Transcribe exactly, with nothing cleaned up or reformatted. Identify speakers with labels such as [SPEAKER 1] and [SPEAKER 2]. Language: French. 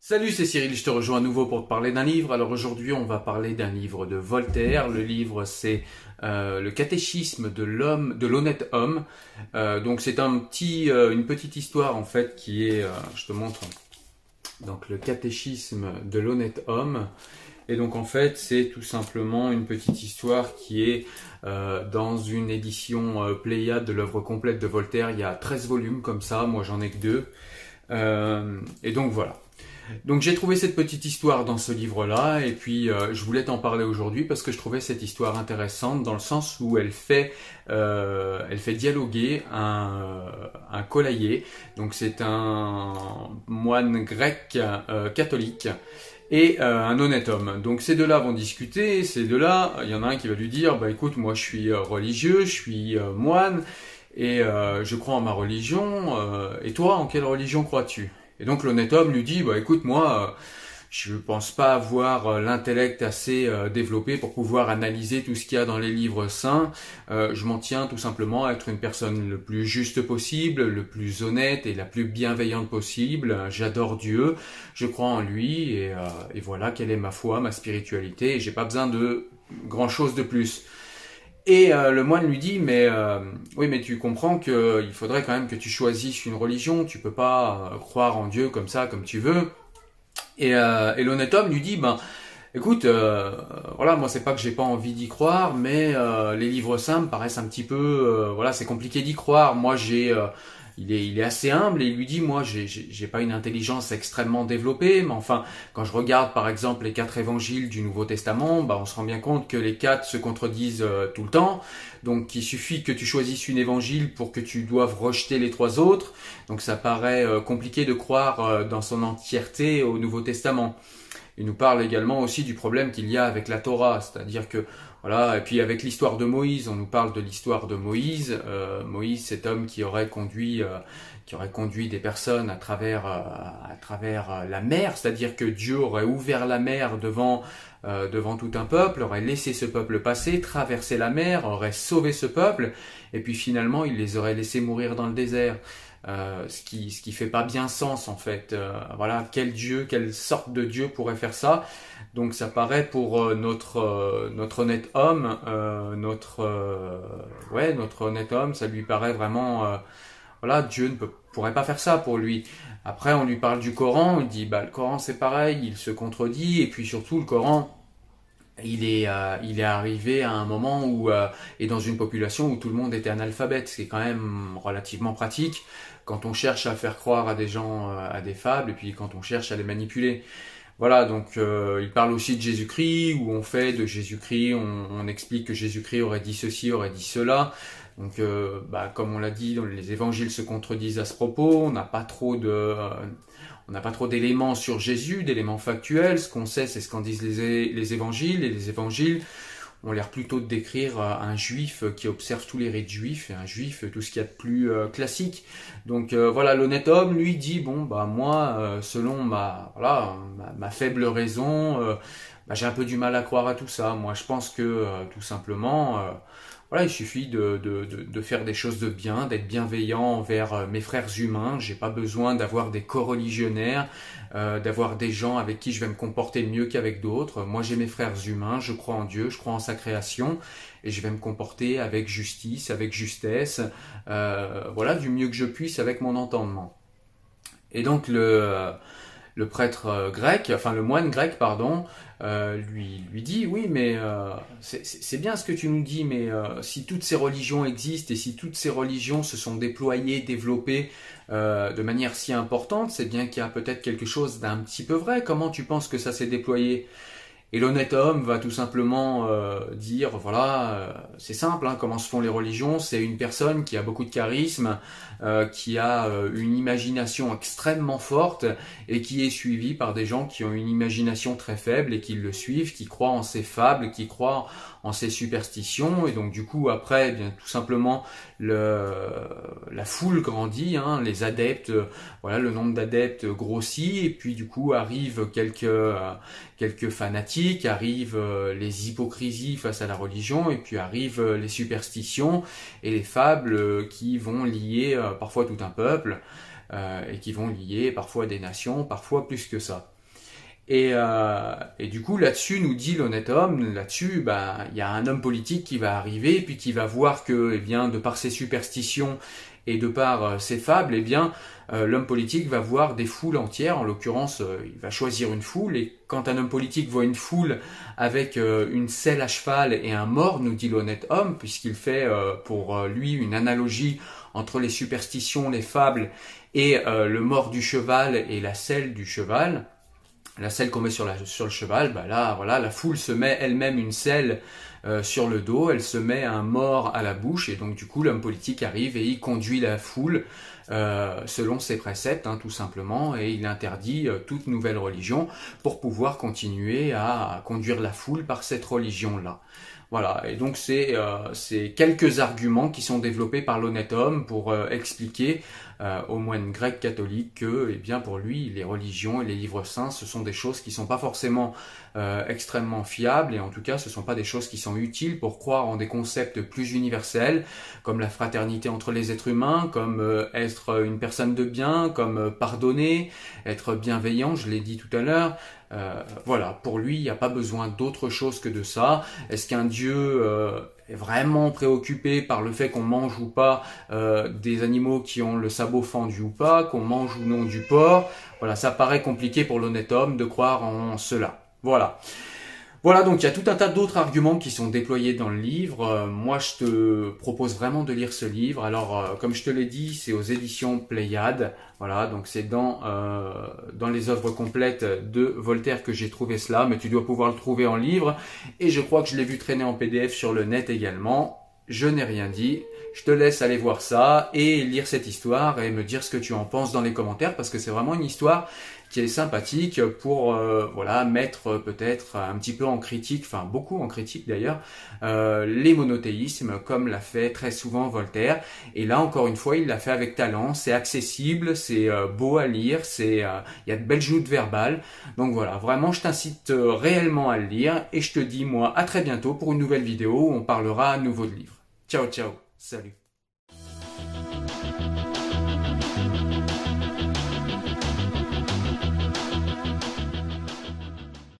[SPEAKER 1] Salut, c'est Cyril, je te rejoins à nouveau pour te parler d'un livre. Alors aujourd'hui, on va parler d'un livre de Voltaire. Le livre, c'est euh, Le catéchisme de l'homme, de l'honnête homme. Euh, donc c'est un petit, euh, une petite histoire en fait qui est, euh, je te montre, donc le catéchisme de l'honnête homme. Et donc en fait, c'est tout simplement une petite histoire qui est euh, dans une édition euh, Pléiade de l'œuvre complète de Voltaire. Il y a treize volumes comme ça, moi j'en ai que deux. Euh, et donc voilà. Donc j'ai trouvé cette petite histoire dans ce livre-là et puis euh, je voulais t'en parler aujourd'hui parce que je trouvais cette histoire intéressante dans le sens où elle fait, euh, elle fait dialoguer un, un Colaïer. Donc c'est un moine grec euh, catholique et euh, un honnête homme. Donc ces deux-là vont discuter, ces deux-là, il y en a un qui va lui dire, bah écoute, moi je suis religieux, je suis euh, moine et euh, je crois en ma religion, euh, et toi en quelle religion crois-tu ? Et donc l'honnête homme lui dit, bah écoute, moi, euh, je pense pas avoir euh, l'intellect assez euh, développé pour pouvoir analyser tout ce qu'il y a dans les livres saints. Euh, je m'en tiens tout simplement à être une personne le plus juste possible, le plus honnête et la plus bienveillante possible. J'adore Dieu, je crois en lui et, euh, et voilà quelle est ma foi, ma spiritualité. Et j'ai pas besoin de grand chose de plus. Et euh, le moine lui dit, mais euh, oui, mais tu comprends qu'il euh, faudrait quand même que tu choisisses une religion, tu peux pas euh, croire en Dieu comme ça, comme tu veux. Et, euh, et l'honnête homme lui dit, ben, écoute, euh, voilà, moi c'est pas que j'ai pas envie d'y croire, mais euh, les livres saints me paraissent un petit peu, euh, voilà, c'est compliqué d'y croire. Moi j'ai, euh, il est, il est assez humble et il lui dit, moi j'ai, j'ai, j'ai pas une intelligence extrêmement développée, mais enfin, quand je regarde par exemple les quatre évangiles du Nouveau Testament, bah on se rend bien compte que les quatre se contredisent euh, tout le temps. Donc il suffit que tu choisisses une évangile pour que tu doives rejeter les trois autres. Donc ça paraît euh, compliqué de croire euh, dans son entièreté au Nouveau Testament. Il nous parle également aussi du problème qu'il y a avec la Torah, c'est-à-dire que voilà, et puis avec l'histoire de Moïse, on nous parle de l'histoire de Moïse. Euh, Moïse, cet homme qui aurait conduit, euh, qui aurait conduit des personnes à travers, euh, à travers euh, la mer, c'est-à-dire que Dieu aurait ouvert la mer devant, euh, devant tout un peuple, aurait laissé ce peuple passer, traverser la mer, aurait sauvé ce peuple, et puis finalement il les aurait laissés mourir dans le désert. Euh, ce qui ce qui fait pas bien sens en fait. Euh, voilà, quel Dieu, quelle sorte de Dieu pourrait faire ça? Donc ça paraît pour euh, notre euh, notre honnête homme, euh, notre euh, ouais notre honnête homme, ça lui paraît vraiment euh, voilà, Dieu ne peut, pourrait pas faire ça pour lui. Après on lui parle du Coran, il dit bah le Coran c'est pareil, il se contredit et puis surtout le Coran il est, euh, il est arrivé à un moment où, euh, et dans une population où tout le monde était analphabète, ce qui est quand même relativement pratique quand on cherche à faire croire à des gens, euh, à des fables, et puis quand on cherche à les manipuler. Voilà, donc euh, il parle aussi de Jésus-Christ, où on fait de Jésus-Christ, on, on explique que Jésus-Christ aurait dit ceci, aurait dit cela. Donc, euh, bah, comme on l'a dit, les évangiles se contredisent à ce propos, on n'a pas trop de... Euh, on n'a pas trop d'éléments sur Jésus, d'éléments factuels. Ce qu'on sait, c'est ce qu'en disent les, les évangiles. Et les évangiles ont l'air plutôt de décrire un juif qui observe tous les rites juifs, et un juif tout ce qu'il y a de plus euh, classique. Donc euh, voilà, l'honnête homme, lui, dit, bon, bah moi, euh, selon ma, voilà, ma, ma faible raison, euh, bah, j'ai un peu du mal à croire à tout ça. Moi, je pense que, euh, tout simplement... Euh, Voilà, il suffit de, de, de, de faire des choses de bien, d'être bienveillant envers mes frères humains. J'ai pas besoin d'avoir des coreligionnaires, euh, d'avoir des gens avec qui je vais me comporter mieux qu'avec d'autres. Moi, j'ai mes frères humains, je crois en Dieu, je crois en sa création, et je vais me comporter avec justice, avec justesse, euh, voilà, du mieux que je puisse avec mon entendement. Et donc le le prêtre euh, grec, enfin le moine grec, pardon, euh, lui, lui dit, oui, mais euh, c'est, c'est bien ce que tu nous dis, mais euh, si toutes ces religions existent et si toutes ces religions se sont déployées, développées euh, de manière si importante, c'est bien qu'il y a peut-être quelque chose d'un petit peu vrai. Comment tu penses que ça s'est déployé ? Et l'honnête homme va tout simplement euh, dire, voilà, euh, c'est simple, hein, comment se font les religions, c'est une personne qui a beaucoup de charisme, euh, qui a euh, une imagination extrêmement forte et qui est suivie par des gens qui ont une imagination très faible et qui le suivent, qui croient en ses fables, qui croient en ses superstitions. Et donc du coup, après, eh bien tout simplement, le, la foule grandit, hein, les adeptes, voilà, le nombre d'adeptes grossit et puis du coup arrivent quelques, euh, quelques fanatiques, arrivent euh, les hypocrisies face à la religion et puis arrivent euh, les superstitions et les fables euh, qui vont lier euh, parfois tout un peuple euh, et qui vont lier parfois des nations, parfois plus que ça. Et, euh, et du coup, là-dessus, nous dit l'honnête homme, là-dessus, bah, il y a un homme politique qui va arriver, puis qui va voir que, eh bien, de par ses superstitions et de par euh, ses fables, eh bien, euh, l'homme politique va voir des foules entières. En l'occurrence, euh, il va choisir une foule. Et quand un homme politique voit une foule avec euh, une selle à cheval et un mort, nous dit l'honnête homme, puisqu'il fait euh, pour euh, lui une analogie entre les superstitions, les fables et euh, le mort du cheval et la selle du cheval. La selle qu'on met sur, la, sur le cheval, bah là, voilà, la foule se met elle-même une selle euh, sur le dos, elle se met un mort à la bouche, et donc du coup, l'homme politique arrive et il conduit la foule euh, selon ses préceptes, hein, tout simplement, et il interdit euh, toute nouvelle religion pour pouvoir continuer à, à conduire la foule par cette religion-là. Voilà, et donc c'est euh, c'est quelques arguments qui sont développés par l'honnête homme pour euh, expliquer euh, aux moines grecs catholiques que, eh bien, pour lui, les religions et les livres saints, ce sont des choses qui sont pas forcément euh, extrêmement fiables, et en tout cas, ce sont pas des choses qui sont utiles pour croire en des concepts plus universels, comme la fraternité entre les êtres humains, comme euh, être une personne de bien, comme euh, pardonner, être bienveillant, je l'ai dit tout à l'heure. Euh, voilà, pour lui, il n'y a pas besoin d'autre chose que de ça. Est-ce qu'un Dieu euh, est vraiment préoccupé par le fait qu'on mange ou pas euh, des animaux qui ont le sabot fendu ou pas, qu'on mange ou non du porc? Voilà, ça paraît compliqué pour l'honnête homme de croire en cela. Voilà. Voilà, donc il y a tout un tas d'autres arguments qui sont déployés dans le livre. Euh, moi, je te propose vraiment de lire ce livre. Alors, euh, comme je te l'ai dit, c'est aux éditions Pléiade. Voilà, donc c'est dans euh, dans les œuvres complètes de Voltaire que j'ai trouvé cela, mais tu dois pouvoir le trouver en livre. Et je crois que je l'ai vu traîner en P D F sur le net également. Je n'ai rien dit. Je te laisse aller voir ça et lire cette histoire et me dire ce que tu en penses dans les commentaires, parce que c'est vraiment une histoire qui est sympathique pour euh, voilà, mettre peut-être un petit peu en critique, enfin beaucoup en critique d'ailleurs, euh, les monothéismes, comme l'a fait très souvent Voltaire. Et là, encore une fois, il l'a fait avec talent, c'est accessible, c'est euh, beau à lire, c'est euh, il y a de belles joutes verbales. Donc voilà, vraiment, je t'incite euh, réellement à le lire, et je te dis, moi, à très bientôt pour une nouvelle vidéo où on parlera à nouveau de livres. Ciao, ciao, salut.